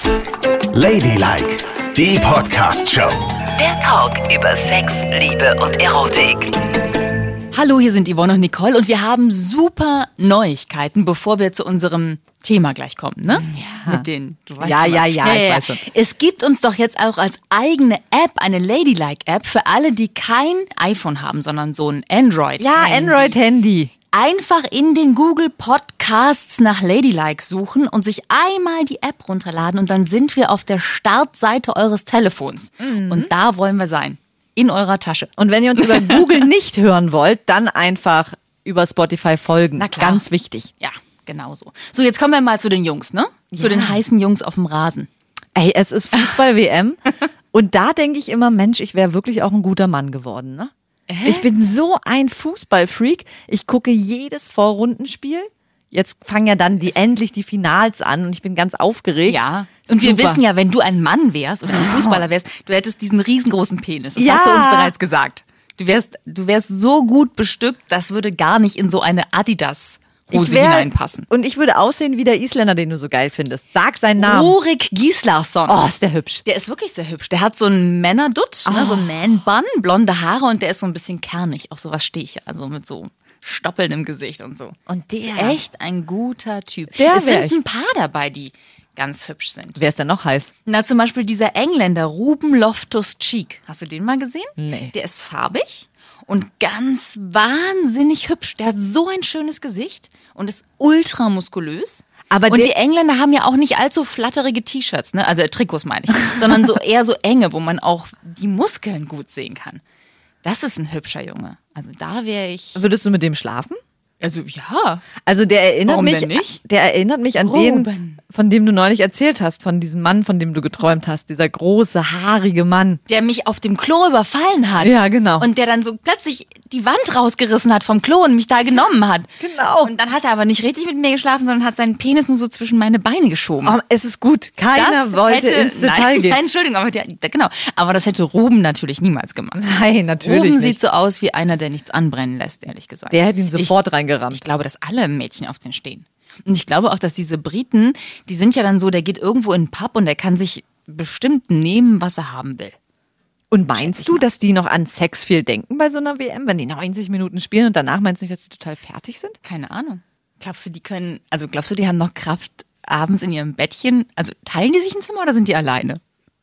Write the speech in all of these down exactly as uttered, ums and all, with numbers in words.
Ladylike, die Podcast-Show. Der Talk über Sex, Liebe und Erotik. Hallo, hier sind Yvonne und Nicole und wir haben super Neuigkeiten, bevor wir zu unserem Thema gleich kommen, ne? Ja. Mit den, du weißt Ja, schon ja, was. ja, ich weiß schon. Es gibt uns doch jetzt auch als eigene App, eine Ladylike-App für alle, die kein iPhone haben, sondern so ein Android. Ja, Android-Handy. Einfach in den Google Podcasts nach Ladylike suchen und sich einmal die App runterladen und dann sind wir auf der Startseite eures Telefons. Mhm. Und da wollen wir sein. In eurer Tasche. Und wenn ihr uns über Google nicht hören wollt, dann einfach über Spotify folgen. Na klar. Ganz wichtig. Ja, genau so. So, jetzt kommen wir mal zu den Jungs, ne? Zu Ja. den heißen Jungs auf dem Rasen. Ey, es ist Fußball-W M. Und da denke ich immer, Mensch, ich wäre wirklich auch ein guter Mann geworden, ne? Ich bin so ein Fußballfreak. Ich gucke jedes Vorrundenspiel. Jetzt fangen ja dann die endlich die Finals an und ich bin ganz aufgeregt. Ja. Und wir Super. wissen ja, wenn du ein Mann wärst oder ein Fußballer wärst, du hättest diesen riesengroßen Penis. Das Ja. hast du uns bereits gesagt. Du wärst, du wärst so gut bestückt, das würde gar nicht in so eine Adidas-Hose wär- hineinpassen. Und ich würde aussehen wie der Isländer, den du so geil findest. Sag seinen Namen. Rurik Gislason. Oh, ist der hübsch. Der ist wirklich sehr hübsch. Der hat so einen Männerdutt, ne, so einen Man-Bun, blonde Haare und der ist so ein bisschen kernig. Auf sowas stehe ich. Also mit so Stoppeln im Gesicht und so. Und der- ist echt ein guter Typ. Der es wär sind ich. ein paar dabei, die ganz hübsch sind. Wer ist denn noch heiß? Na, zum Beispiel dieser Engländer, Ruben Loftus-Cheek. Hast du den mal gesehen? Nee. Der ist farbig und ganz wahnsinnig hübsch. Der hat so ein schönes Gesicht und ist ultramuskulös. Aber und der- die Engländer haben ja auch nicht allzu flatterige T-Shirts, ne? Also äh, Trikots meine ich, sondern so eher so enge, wo man auch die Muskeln gut sehen kann. Das ist ein hübscher Junge. Also da wäre ich. Würdest du mit dem schlafen? Also ja. Also der erinnert Warum mich, denn nicht? der erinnert mich an Ruben. den, von dem du neulich erzählt hast, von diesem Mann, von dem du geträumt hast, dieser große, haarige Mann. Der mich auf dem Klo überfallen hat. Ja, genau. Und der dann so plötzlich die Wand rausgerissen hat vom Klo und mich da genommen hat. Genau. Und dann hat er aber nicht richtig mit mir geschlafen, sondern hat seinen Penis nur so zwischen meine Beine geschoben. Oh, es ist gut. Keiner Das wollte hätte, ins Detail nein, gehen. Nein, Entschuldigung, aber der, der, genau. Aber das hätte Ruben natürlich niemals gemacht. Nein, natürlich Ruben nicht. sieht so aus wie einer, der nichts anbrennen lässt, ehrlich gesagt. Der hätte ihn sofort reingerammt. Ich glaube, dass alle Mädchen auf den stehen. Und ich glaube auch, dass diese Briten, die sind ja dann so, der geht irgendwo in den Pub und der kann sich bestimmt nehmen, was er haben will. Und meinst du, dass die noch an Sex viel denken bei so einer W M, wenn die neunzig Minuten spielen und danach meinst du nicht, dass sie total fertig sind? Keine Ahnung. Glaubst du, die können, also glaubst du, die haben noch Kraft abends in ihrem Bettchen? Also teilen die sich ein Zimmer oder sind die alleine?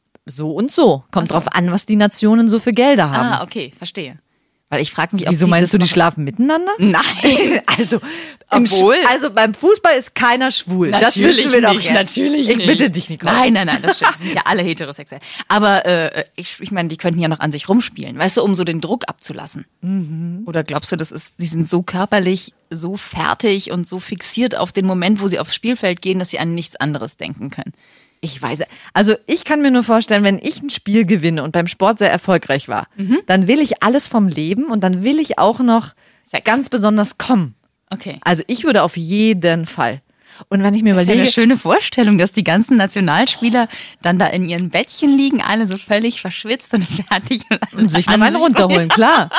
So und so. Kommt Ach so. drauf an, was die Nationen so für Gelder haben. Ah, okay, verstehe. Weil ich frage mich, ob Wieso die meinst das du, die machen- schlafen miteinander? Nein. Also, im Obwohl- Sch- also beim Fußball ist keiner schwul. das Natürlich wissen wir doch nicht, jetzt. natürlich Ich nicht. bitte dich, Nicole. Nein, nein, nein, das stimmt. Die sind ja alle heterosexuell. Aber äh, ich, ich meine, die könnten ja noch an sich rumspielen, weißt du, um so den Druck abzulassen. Mhm. Oder glaubst du, das ist, die sind so körperlich, so fertig und so fixiert auf den Moment, wo sie aufs Spielfeld gehen, dass sie an nichts anderes denken können? Ich weiß, also ich kann mir nur vorstellen, wenn ich ein Spiel gewinne und beim Sport sehr erfolgreich war, Mhm. dann will ich alles vom Leben und dann will ich auch noch Sex. ganz besonders kommen. Okay. Also ich würde auf jeden Fall. Und wenn ich mir Das ist ja überlege, eine schöne Vorstellung, dass die ganzen Nationalspieler dann da in ihren Bettchen liegen, alle so völlig verschwitzt und fertig. Und sich noch an einen runterholen, klar.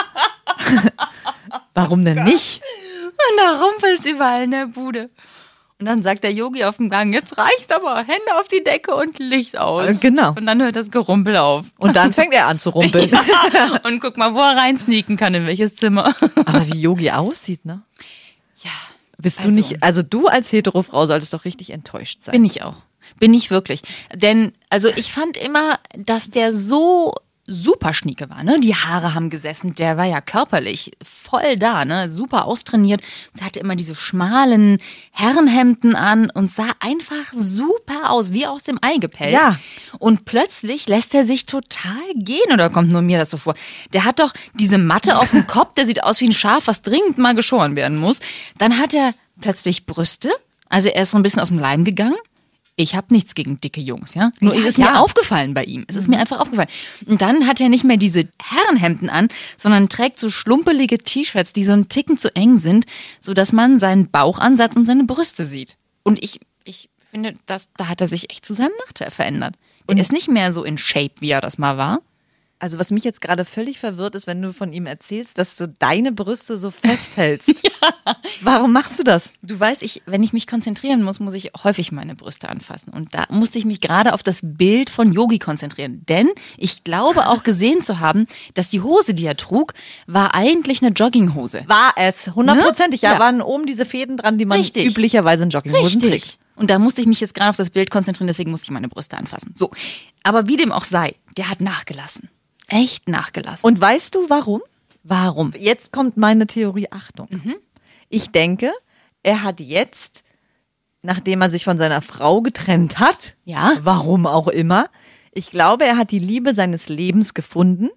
Warum denn nicht? Und da rumpelt's überall in der Bude. Und dann sagt der Yogi auf dem Gang, jetzt reicht's aber, Hände auf die Decke und Licht aus. Äh, genau. Und dann hört das Gerumpel auf. Und dann fängt er an zu rumpeln. Und guck mal, wo er reinsneaken kann, in welches Zimmer. Aber wie Yogi aussieht, ne? Ja, Bist du Also- nicht, also du als Hetero-Frau solltest doch richtig enttäuscht sein. bin ich auch. Bin ich wirklich. Denn, also ich fand immer, dass der so super schnieke war, ne? Die Haare haben gesessen, der war ja körperlich voll da, ne? Super austrainiert. Er hatte immer diese schmalen Herrenhemden an und sah einfach super aus, wie aus dem Ei gepellt. Ja. Und plötzlich lässt er sich total gehen, oder kommt nur mir das so vor? Der hat doch diese Matte auf dem Kopf, der sieht aus wie ein Schaf, was dringend mal geschoren werden muss. Dann hat er plötzlich Brüste, also er ist so ein bisschen aus dem Leim gegangen. Ich habe nichts gegen dicke Jungs, ja. Nur Ja, ist es ja. mir aufgefallen bei ihm. Es ist mir einfach aufgefallen. Und dann hat er nicht mehr diese Herrenhemden an, sondern trägt so schlumpelige T-Shirts, die so einen Ticken zu eng sind, sodass man seinen Bauchansatz und seine Brüste sieht. Und ich, ich finde, das, da hat er sich echt zu seinem Nachteil verändert. Der ist nicht mehr so in Shape, wie er das mal war. Also was mich jetzt gerade völlig verwirrt ist, wenn du von ihm erzählst, dass du deine Brüste so festhältst. Ja. Warum machst du das? Du weißt, ich, wenn ich mich konzentrieren muss, muss ich häufig meine Brüste anfassen. Und da musste ich mich gerade auf das Bild von Yogi konzentrieren. Denn ich glaube auch gesehen zu haben, dass die Hose, die er trug, war eigentlich eine Jogginghose. War es, hundertprozentig. Ja, Ja. waren oben diese Fäden dran, die man Richtig. üblicherweise in Jogginghosen trägt. Und da musste ich mich jetzt gerade auf das Bild konzentrieren, deswegen musste ich meine Brüste anfassen. So, aber wie dem auch sei, der hat nachgelassen. Echt nachgelassen. Und weißt du warum? warum? Jetzt kommt meine Theorie, Achtung. Ich denke, er hat jetzt, nachdem er sich von seiner Frau getrennt hat, Ja. warum auch immer, ich glaube, er hat die Liebe seines Lebens gefunden,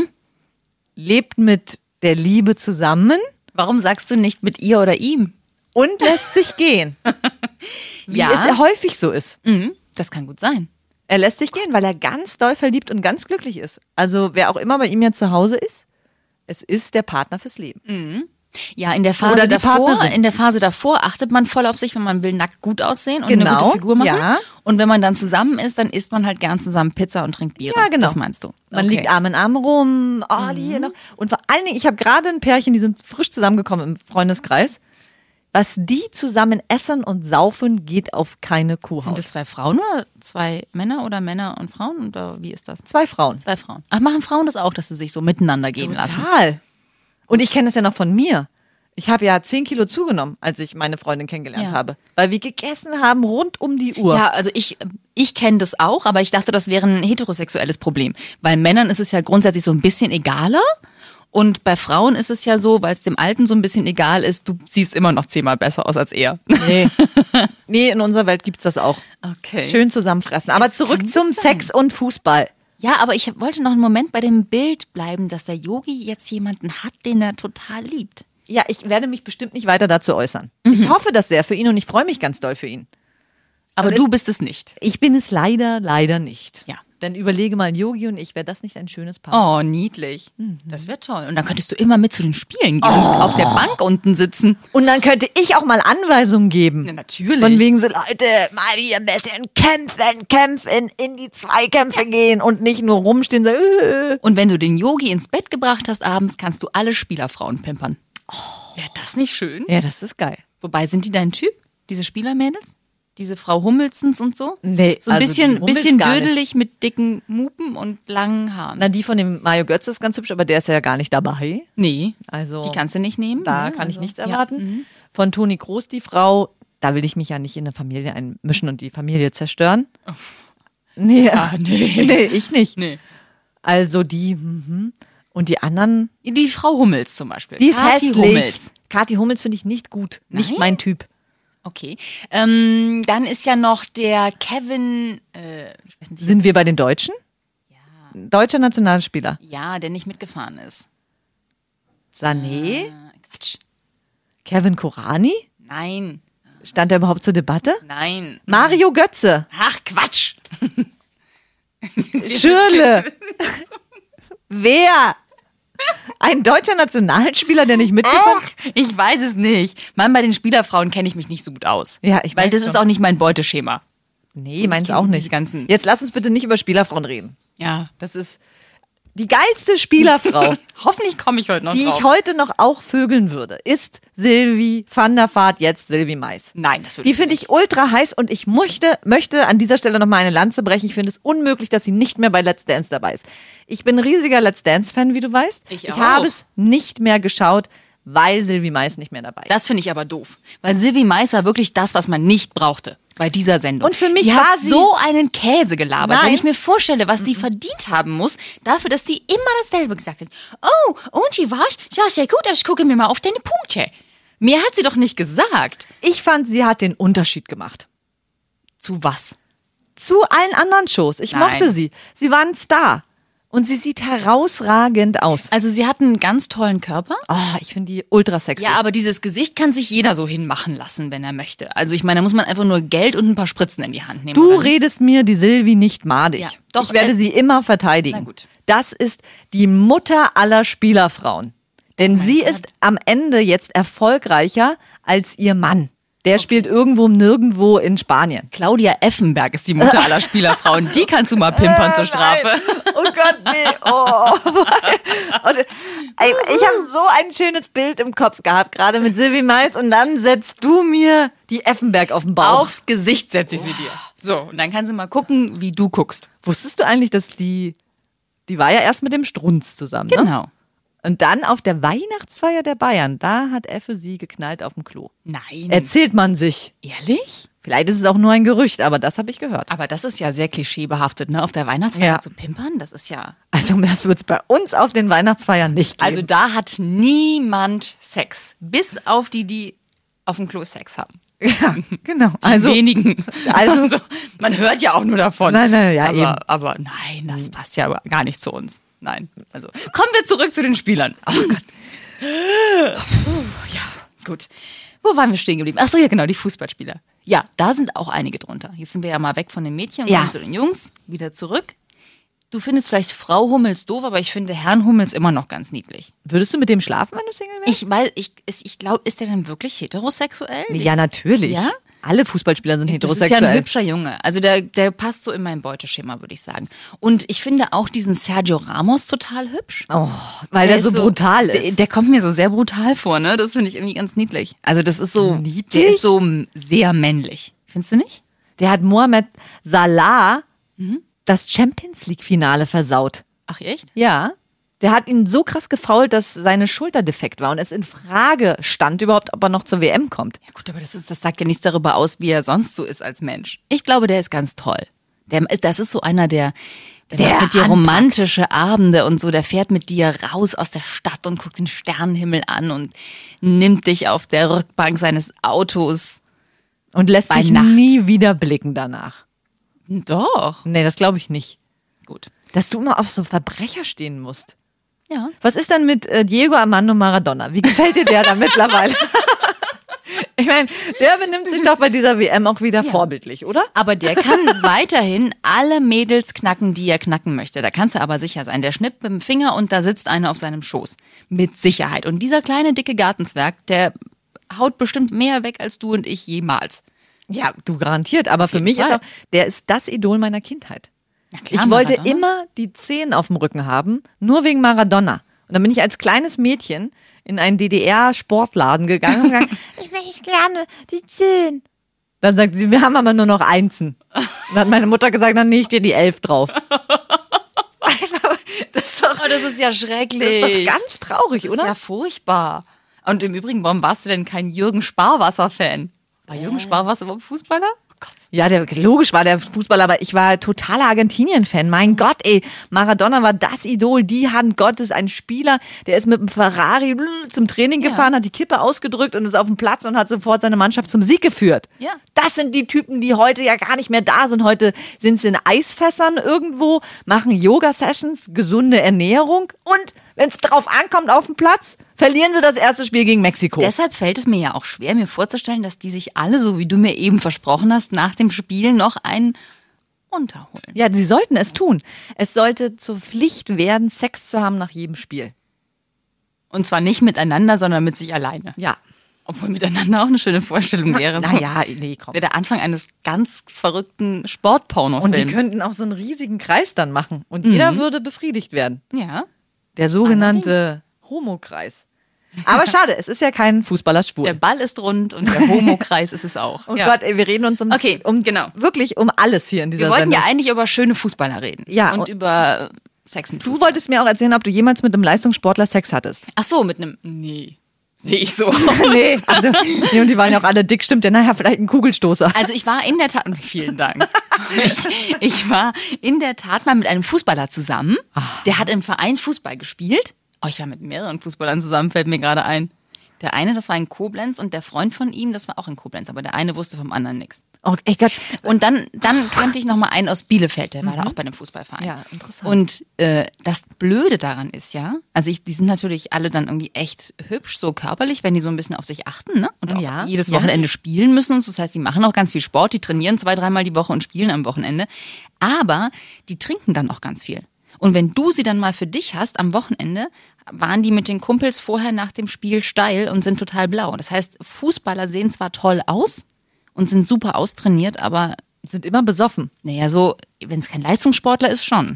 lebt mit der Liebe zusammen Warum sagst du nicht mit ihr oder ihm? und lässt sich gehen. Wie Ja. es ja häufig so ist. Mhm, das kann gut sein. Er lässt sich gehen, weil er ganz doll verliebt und ganz glücklich ist. Also wer auch immer bei ihm jetzt zu Hause ist, es ist der Partner fürs Leben. Ja, in der Phase Oder die davor, Partnerin. in der Phase davor achtet man voll auf sich, wenn man will nackt gut aussehen und Genau, eine gute Figur machen. ja. Und wenn man dann zusammen ist, dann isst man halt gern zusammen Pizza und trinkt Bier. Ja, genau. Das meinst du? Man Okay. liegt Arm in Arm rum, oh, die hier noch. Und vor allen Dingen, ich habe gerade ein Pärchen, die sind frisch zusammengekommen im Freundeskreis. Was die zusammen essen und saufen, geht auf keine Kuhhaut. Sind das zwei Frauen oder zwei Männer oder Männer und Frauen? Oder wie ist das? Zwei Frauen. Zwei Frauen. Ach, machen Frauen das auch, dass sie sich so miteinander gehen lassen? Total. Und ich kenne das ja noch von mir. Ich habe ja zehn Kilo zugenommen, als ich meine Freundin kennengelernt Ja. habe. Weil wir gegessen haben rund um die Uhr. Ja, also ich, ich kenne das auch, aber ich dachte, das wäre ein heterosexuelles Problem. Weil Männern ist es ja grundsätzlich so ein bisschen egaler. Und bei Frauen ist es ja so, weil es dem Alten so ein bisschen egal ist, du siehst immer noch zehnmal besser aus als er. Nee. Nee, in unserer Welt gibt's das auch. Okay. Schön zusammenfressen. Aber Es zurück kann zum gut sein. Sex und Fußball. Ja, aber ich wollte noch einen Moment bei dem Bild bleiben, dass der Yogi jetzt jemanden hat, den er total liebt. Ja, ich werde mich bestimmt nicht weiter dazu äußern. Mhm. Ich hoffe das sehr für ihn und ich freue mich ganz doll für ihn. Aber, Aber du es- bist es nicht. Ich bin es leider, leider nicht. Ja. Dann überlege mal, Yogi und ich, wäre das nicht ein schönes Paar? Oh, niedlich. Das wäre toll. Und dann könntest du immer mit zu den Spielen gehen und auf der Bank unten sitzen. Und dann könnte ich auch mal Anweisungen geben. Ja, natürlich. Von wegen so, Leute, mal hier ein bisschen kämpfen, kämpfen, in die Zweikämpfe gehen und nicht nur rumstehen. So, äh. Und wenn du den Yogi ins Bett gebracht hast abends, kannst du alle Spielerfrauen pimpern. Oh, wäre das nicht schön? Ja, das ist geil. Wobei, sind die dein Typ? Diese Spielermädels? Diese Frau Hummelsens und so? Nee, So ein also bisschen, die Hummels bisschen gar nicht. dödelig mit dicken Mupen und langen Haaren. Na, die von dem Mario Götze ist ganz hübsch, aber der ist ja gar nicht dabei. Nee, Also die kannst du nicht nehmen. da ne? kann ich Also, nichts ja, erwarten. mhm. Von Toni Kroos, die Frau, da will ich mich ja nicht in eine Familie einmischen und die Familie zerstören. Nee, Ah, nee. nee, ich nicht. Nee. Also die, mhm. und die anderen, Die Frau Hummels zum Beispiel. die ist Kathi hässlich. Hummels. Kathi Hummels finde ich nicht gut. Nicht Nein? mein Typ. Okay. Ähm, dann ist ja noch der Kevin, äh, ich weiß nicht, Sind wir bei den Deutschen? Ja. Deutscher Nationalspieler. ja, der nicht mitgefahren ist. Sané? Äh, Quatsch. Kevin Korani? Nein, Stand er überhaupt zur Debatte? nein. Mario Götze. Ach, Quatsch. Schürle. Wer? Ein deutscher Nationalspieler, der nicht mitgefahren ist? Ach, ich weiß es nicht. Mann, bei den Spielerfrauen kenne ich mich nicht so gut aus. Ja, ich Weil merk das schon. ist auch nicht mein Beuteschema. Nee, meins kenn auch diese nicht. ganzen- Jetzt lass uns bitte nicht über Spielerfrauen reden. Ja. Das ist die geilste Spielerfrau, Hoffentlich komme ich heute noch die drauf. ich heute noch auch vögeln würde, ist Sylvie van der Vaart, jetzt Sylvie Mais. Nein, das würde Die finde ich ultra heiß und ich möchte, möchte an dieser Stelle nochmal eine Lanze brechen. Ich finde es unmöglich, dass sie nicht mehr bei Let's Dance dabei ist. Ich bin ein riesiger Let's Dance-Fan, wie du weißt. Ich ich auch. habe es nicht mehr geschaut, weil Sylvie Mais nicht mehr dabei ist. Das finde ich aber doof. Weil Sylvie Mais war wirklich das, was man nicht brauchte bei dieser Sendung. Und für mich die war hat sie- so einen Käse gelabert. Nein. Wenn ich mir vorstelle, was die verdient haben muss, dafür, dass die immer dasselbe gesagt hat. Oh, und wie war's? Ja, sehr gut, ich gucke mir mal auf deine Punkte. Mehr hat sie doch nicht gesagt. Ich fand, sie hat den Unterschied gemacht. Zu was? Zu allen anderen Shows. Ich Nein. mochte sie. Sie war ein Star. Und sie sieht herausragend aus. Also sie hat einen ganz tollen Körper. Oh, ich finde die ultra sexy. Ja, aber dieses Gesicht kann sich jeder so hinmachen lassen, wenn er möchte. Also ich meine, da muss man einfach nur Geld und ein paar Spritzen in die Hand nehmen. Du oder nicht? redest mir die Sylvie nicht madig. Ja, doch, ich werde äh, sie immer verteidigen. na gut. Das ist die Mutter aller Spielerfrauen. Denn sie Gott. ist am Ende jetzt erfolgreicher als ihr Mann. Der spielt irgendwo nirgendwo in Spanien. Claudia Effenberg ist die Mutter aller Spielerfrauen. Die kannst du mal pimpern zur Strafe. Oh Gott, nee. Oh. Und, ey, ich habe so ein schönes Bild im Kopf gehabt, gerade mit Sylvie Mais. Und dann setzt du mir die Effenberg auf den Bauch. Aufs Gesicht setze ich sie dir. So, und dann kannst du mal gucken, wie du guckst. Wusstest du eigentlich, dass die, die war ja erst mit dem Strunz zusammen, ne? Genau. Und dann auf der Weihnachtsfeier der Bayern, da hat Effe sie geknallt auf dem Klo. Nein. Erzählt man sich. Ehrlich? Vielleicht ist es auch nur ein Gerücht, aber das habe ich gehört. Aber das ist ja sehr klischeebehaftet, ne? Auf der Weihnachtsfeier Ja. zu pimpern, das ist ja... Also das wird es bei uns auf den Weihnachtsfeiern nicht geben. Also da hat niemand Sex. Bis auf die, die auf dem Klo Sex haben. ja, genau. Die Also, wenigen. also- Also, man hört ja auch nur davon. Nein, nein, ja, aber, eben. aber nein, das passt ja gar nicht zu uns. Nein. Also kommen wir zurück zu den Spielern. Oh Gott. Ja, gut. Wo waren wir stehen geblieben? Ach so, ja genau, die Fußballspieler. Ja, da sind auch einige drunter. Jetzt sind wir ja mal weg von den Mädchen und Ja. kommen zu den Jungs. Wieder zurück. Du findest vielleicht Frau Hummels doof, aber ich finde Herrn Hummels immer noch ganz niedlich. würdest du mit dem schlafen, wenn du Single wärst? Ich weiß, ich, ich glaube, ist der denn wirklich heterosexuell? Ja, natürlich. Ja? Alle Fußballspieler sind Das heterosexuell. ist ja ein hübscher Junge. Also der, der passt so in mein Beuteschema, würde ich sagen. Und ich finde auch diesen Sergio Ramos total hübsch. Oh, weil der, ist so brutal ist. Der, der kommt mir so sehr brutal vor, ne? Das finde ich irgendwie ganz niedlich. Also das ist so, Niedlich? der ist so sehr männlich. Findest du nicht? Der hat Mohamed Salah das Champions League-Finale versaut. Ach echt? Ja. Der hat ihn so krass gefoult, dass seine Schulter defekt war und es in Frage stand überhaupt, ob er noch zur W M kommt. Ja gut, aber das, ist, das sagt ja nichts darüber aus, wie er sonst so ist als Mensch. Ich glaube, der ist ganz toll. Der, das ist so einer, der, der, Der macht mit dir anpackt. romantische Abende und so. Der fährt mit dir raus aus der Stadt und guckt den Sternenhimmel an und nimmt dich auf der Rückbank seines Autos. Und lässt Bei sich Nacht. nie wieder blicken danach. Doch. Nee, das glaube ich nicht. Gut. Dass du immer auf so Verbrecher stehen musst. Ja. Was ist denn mit äh, Diego Armando Maradona? Wie gefällt dir der da mittlerweile? Ich meine, der benimmt sich doch bei dieser W M auch wieder vorbildlich, oder? Aber der kann weiterhin alle Mädels knacken, die er knacken möchte. Da kannst du aber sicher sein. Der schnippt mit dem Finger und da sitzt eine auf seinem Schoß. Mit Sicherheit. Und dieser kleine, dicke Gartenzwerg, der haut bestimmt mehr weg als du und ich jemals. Ja, du garantiert. Aber für jeden mich ist Fall. auch, der ist das Idol meiner Kindheit. Na klar, Ich wollte Maradona. immer die Zehen auf dem Rücken haben, nur wegen Maradona. Und dann bin ich als kleines Mädchen in einen D D R-Sportladen gegangen und gesagt, ich möchte gerne die Zehen. Dann sagt sie, wir haben aber nur noch Einsen. Und dann hat meine Mutter gesagt, dann nähe ich dir die Elf drauf. Das ist doch, Oh, das ist ja das schrecklich. ist doch ganz traurig, Das ist oder? ja furchtbar. Und im Übrigen, warum warst du denn kein Jürgen Sparwasser-Fan? War Jürgen Sparwasser überhaupt Fußballer? Oh Gott. Ja, der, logisch war der Fußballer, aber ich war totaler Argentinien-Fan. Mein Gott, ey, Maradona war das Idol, die Hand Gottes, ein Spieler, der ist mit dem Ferrari zum Training Ja. gefahren, hat die Kippe ausgedrückt und ist auf dem Platz und hat sofort seine Mannschaft zum Sieg geführt. Ja. Das sind die Typen, die heute ja gar nicht mehr da sind. Heute sind sie in Eisfässern irgendwo, machen Yoga-Sessions, gesunde Ernährung und wenn es drauf ankommt auf dem Platz, verlieren sie das erste Spiel gegen Mexiko. Deshalb fällt es mir ja auch schwer, mir vorzustellen, dass die sich alle, so wie du mir eben versprochen hast, nach dem Spiel noch einen runterholen. Ja, sie sollten es tun. Es sollte zur Pflicht werden, Sex zu haben nach jedem Spiel. Und zwar nicht miteinander, sondern mit sich alleine. Ja. Obwohl miteinander auch eine schöne Vorstellung wäre. So. Naja, nee, Das komm. wäre der Anfang eines ganz verrückten Sportpornofilms. Und die könnten auch so einen riesigen Kreis dann machen. Und jeder würde befriedigt werden. Ja. Der sogenannte Homokreis. Aber schade, es ist ja kein Fußballer schwul. Der Ball ist rund und der Homokreis ist es auch. Oh ja. Gott, ey, wir reden uns um, Okay, um genau. wirklich um alles hier in dieser Wir wollten Sendung. ja eigentlich über schöne Fußballer reden. Ja, Und und- über Sex mit Du Fußball. wolltest mir auch erzählen, ob du jemals mit einem Leistungssportler Sex hattest. Ach so, mit einem. Nee. Sehe ich so. Nee, also, nee, und die waren ja auch alle dick, stimmt ja, naja, vielleicht ein Kugelstoßer. Also ich war in der Tat, vielen Dank. Ich, ich war in der Tat mal mit einem Fußballer zusammen. Der hat im Verein Fußball gespielt. Oh, ich war mit mehreren Fußballern zusammen, fällt mir gerade ein. Der eine, das war in Koblenz und der Freund von ihm, das war auch in Koblenz. Aber der eine wusste vom anderen nichts. Oh, ey Gott. Und dann, dann kannte ich noch mal einen aus Bielefeld, der war da auch bei einem Fußballverein. Ja, interessant. Und äh, das Blöde daran ist ja, also ich, die sind natürlich alle dann irgendwie echt hübsch, so körperlich, wenn die so ein bisschen auf sich achten, ne? Und auch Ja, jedes ja. Wochenende spielen müssen und so. Das heißt, die machen auch ganz viel Sport, die trainieren zwei, dreimal die Woche und spielen am Wochenende. Aber die trinken dann auch ganz viel. Und wenn du sie dann mal für dich hast am Wochenende, waren die mit den Kumpels vorher nach dem Spiel steil und sind total blau. Das heißt, Fußballer sehen zwar toll aus und sind super austrainiert, aber Sind immer besoffen. naja, so, wenn es kein Leistungssportler ist, schon.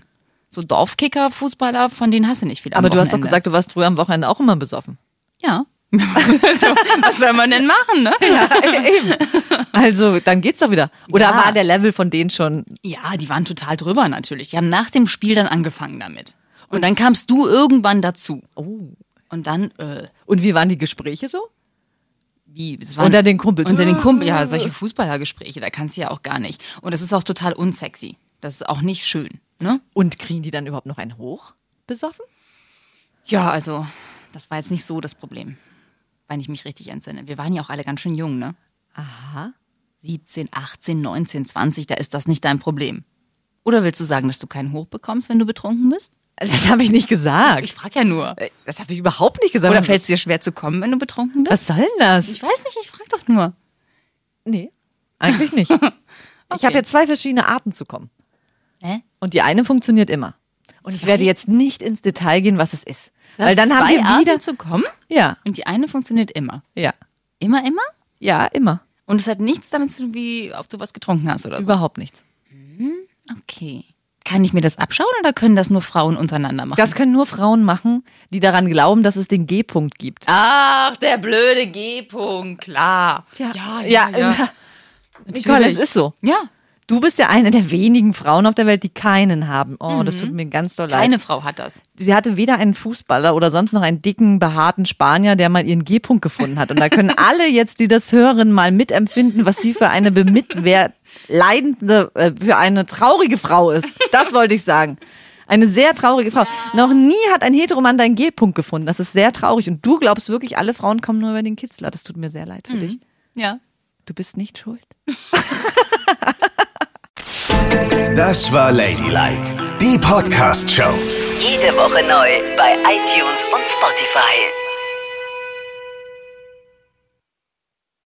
So Dorfkicker-Fußballer, von denen hast du nicht viel am Aber du Wochenende. hast doch gesagt, du warst früher am Wochenende auch immer besoffen. Ja. Also, was soll man denn machen, ne? Ja, eben. Also, dann geht's doch wieder. Oder Ja. war der Level von denen schon... Ja, die waren total drüber natürlich. Die haben nach dem Spiel dann angefangen damit. Und dann kamst du irgendwann dazu. Oh. Und dann, äh, Und wie waren die Gespräche so? wie? Es waren Unter den Kumpels? Unter den Kumpels, ja, solche Fußballergespräche, da kannst du ja auch gar nicht. Und das ist auch total unsexy. Das ist auch nicht schön, ne? Und kriegen die dann überhaupt noch einen hoch? Besoffen? Ja, also, das war jetzt nicht so das Problem. Wenn ich mich richtig entsinne. Wir waren ja auch alle ganz schön jung, ne? Aha. siebzehn, achtzehn, neunzehn, zwanzig, da ist das nicht dein Problem. Oder willst du sagen, dass du keinen Hoch bekommst, wenn du betrunken bist? Das habe ich nicht gesagt. Ich frage ja nur. Das habe ich überhaupt nicht gesagt. Oder fällt es dir schwer zu kommen, wenn du betrunken bist? Was soll denn das? Ich weiß nicht, ich frage doch nur. Nee, eigentlich nicht. Ich habe jetzt zwei verschiedene Arten zu kommen. Hä? Und die eine funktioniert immer. Und ich Zwei? werde jetzt nicht ins Detail gehen, was es ist. Du Weil hast dann haben zwei wir Arten wieder... zu kommen Ja, und die eine funktioniert immer. ja, Immer, immer? ja, immer. Und es hat nichts damit zu tun, wie ob du was getrunken hast oder so. Überhaupt nichts. Okay. Kann ich mir das abschauen oder können das nur Frauen untereinander machen? Das können nur Frauen machen, die daran glauben, dass es den G-Punkt gibt. Ach, der blöde G-Punkt, klar. Tja, ja, ja, ja. ja. Nicole, es ist so. Ja, Du bist ja eine der wenigen Frauen auf der Welt, die keinen haben. Oh, das tut mir ganz doll leid. keine Frau hat das. Sie hatte weder einen Fußballer oder sonst noch einen dicken, behaarten Spanier, der mal ihren G-Punkt gefunden hat. Und da können alle jetzt, die das hören, mal mitempfinden, was sie für eine bemitleidende, leidende, äh, für eine traurige Frau ist. Das wollte ich sagen. Eine sehr traurige Frau. Noch nie hat ein Heteromann deinen G-Punkt gefunden. Das ist sehr traurig. Und du glaubst wirklich, alle Frauen kommen nur über den Kitzler. Das tut mir sehr leid für dich. Ja. Du bist nicht schuld. Das war Ladylike, die Podcast-Show. Jede Woche neu bei iTunes und Spotify.